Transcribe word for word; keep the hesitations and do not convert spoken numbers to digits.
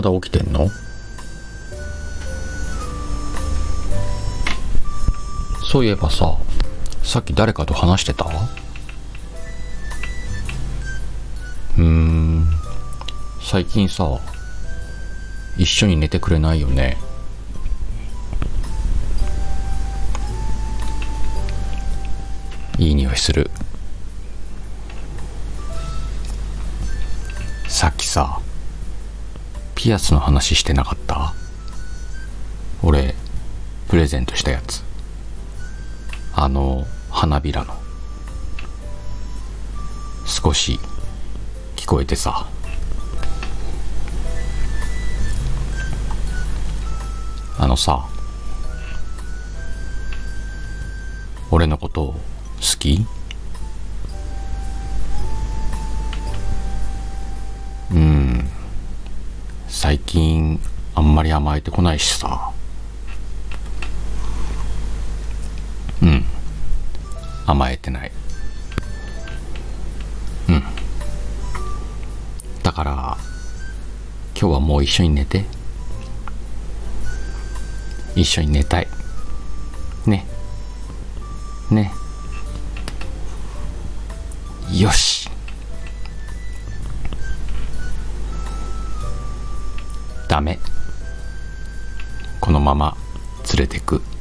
まだ起きてんの？そういえばさ、さっき誰かと話してた？うーん、最近さ、一緒に寝てくれないよね。いい匂いする。さっきさ、ピアスの話してなかった？俺、プレゼントしたやつ。あの、花びらの。少し、聞こえてさ。あのさ、俺のこと好き？うん、最近あんまり甘えてこないしさ。うん、甘えてない。うん。だから、今日はもう一緒に寝て。一緒に寝たい。ね。ね。よし。ダメ。このまま連れてく。